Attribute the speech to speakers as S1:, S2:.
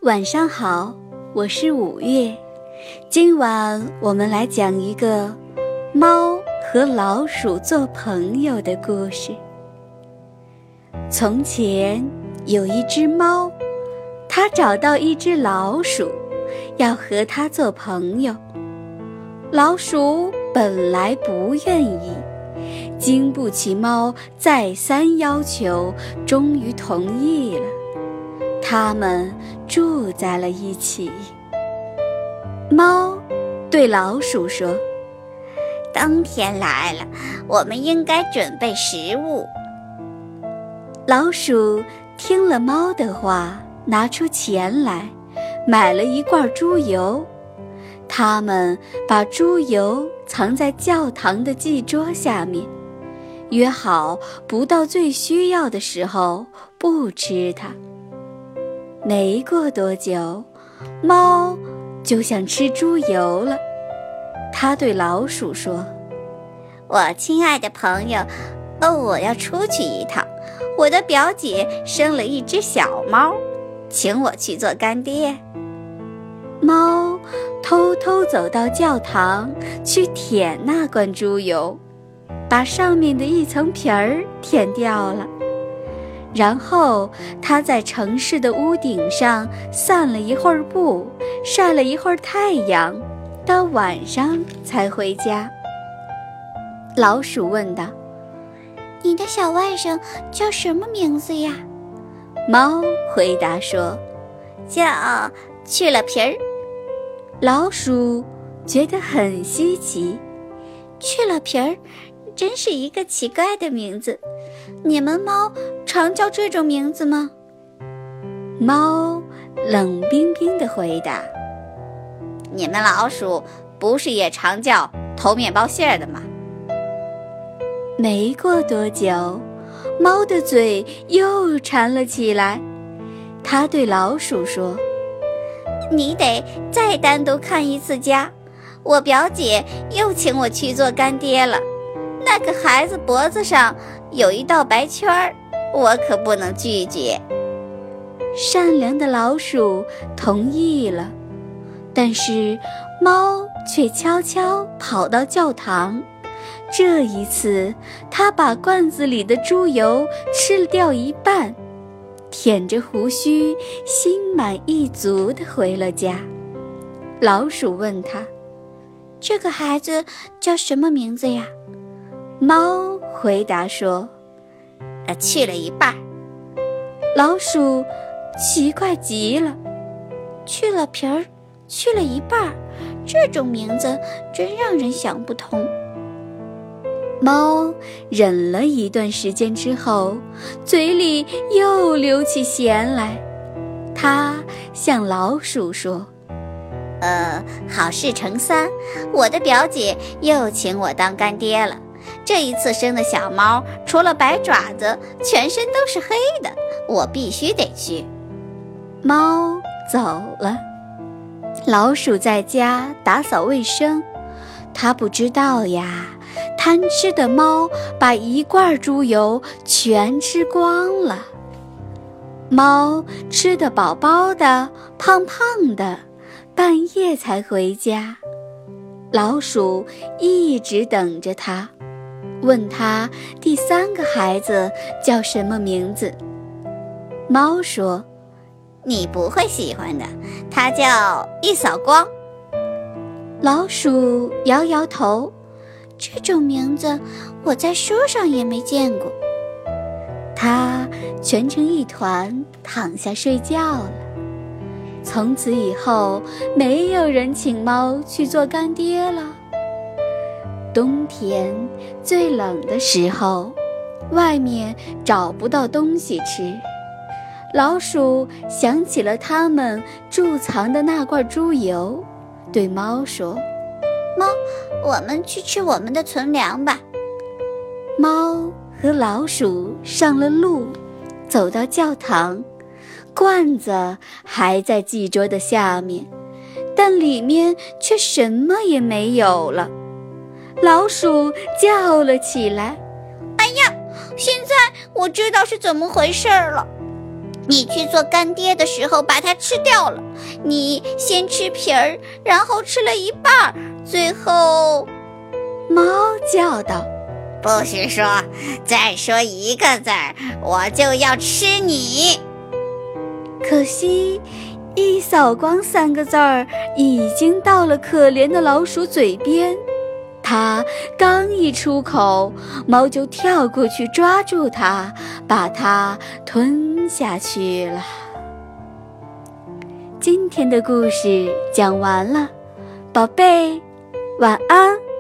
S1: 晚上好，我是5月。今晚我们来讲一个猫和老鼠做朋友的故事。从前有一只猫，它找到一只老鼠，要和它做朋友。老鼠本来不愿意，经不起猫再三要求，终于同意了。他们住在了一起。猫对老鼠说：
S2: 冬天来了，我们应该准备食物。
S1: 老鼠听了猫的话，拿出钱来，买了一罐猪油。他们把猪油藏在教堂的祭桌下面，约好不到最需要的时候不吃它。没过多久，猫就想吃猪油了。它对老鼠说：
S2: 我亲爱的朋友，我要出去一趟。我的表姐生了一只小猫，请我去做干爹。
S1: 猫偷偷走到教堂去舔那罐猪油，把上面的一层皮儿舔掉了。然后他在城市的屋顶上散了一会儿步，晒了一会儿太阳，到晚上才回家。老鼠问道：
S2: 你的小外甥叫什么名字呀？
S1: 猫回答说：
S2: 叫去了皮儿。
S1: 老鼠觉得很稀奇，
S2: 去了皮儿真是一个奇怪的名字，你们猫常叫这种名字吗？
S1: 猫冷冰冰地回答：
S2: 你们老鼠不是也常叫偷面包馅的吗？
S1: 没过多久，猫的嘴又馋了起来。它对老鼠说：
S2: 你得再单独看一次家，我表姐又请我去做干爹了。那个孩子脖子上有一道白圈儿，我可不能拒绝。
S1: 善良的老鼠同意了，但是猫却悄悄跑到教堂。这一次，它把罐子里的猪油吃掉一半，舔着胡须，心满意足地回了家。老鼠问他：
S2: 这个孩子叫什么名字呀？
S1: 猫回答说：
S2: 去了一半。
S1: 老鼠奇怪极了，
S2: 去了皮儿，去了一半，这种名字真让人想不通。
S1: 猫忍了一段时间之后，嘴里又流起涎来。它向老鼠说：
S2: 好事成三，我的表姐又请我当干爹了。这一次生的小猫除了白爪子，全身都是黑的，我必须得去。
S1: 猫走了，老鼠在家打扫卫生。它不知道呀，贪吃的猫把一罐猪油全吃光了。猫吃得饱饱的，胖胖的，半夜才回家。老鼠一直等着它，问他第3个孩子叫什么名字。猫说：
S2: 你不会喜欢的，他叫一扫光。
S1: 老鼠摇摇头：
S2: 这种名字我在书上也没见过。
S1: 它蜷成一团躺下睡觉了。从此以后，没有人请猫去做干爹了。冬天最冷的时候，外面找不到东西吃。老鼠想起了它们贮藏的那罐猪油，对猫说：
S2: 猫，我们去吃我们的存粮吧。
S1: 猫和老鼠上了路，走到教堂，罐子还在祭桌的下面，但里面却什么也没有了。老鼠叫了起来：
S2: 哎呀，现在我知道是怎么回事了。 你去做干爹的时候把它吃掉了，你先吃皮儿，然后吃了一半，最后……
S1: 猫叫道：
S2: 不许说，再说一个字儿，我就要吃你。
S1: 可惜一扫光3个字儿已经到了可怜的老鼠嘴边，它刚一出口，猫就跳过去抓住它，把它吞下去了。今天的故事讲完了，宝贝，晚安。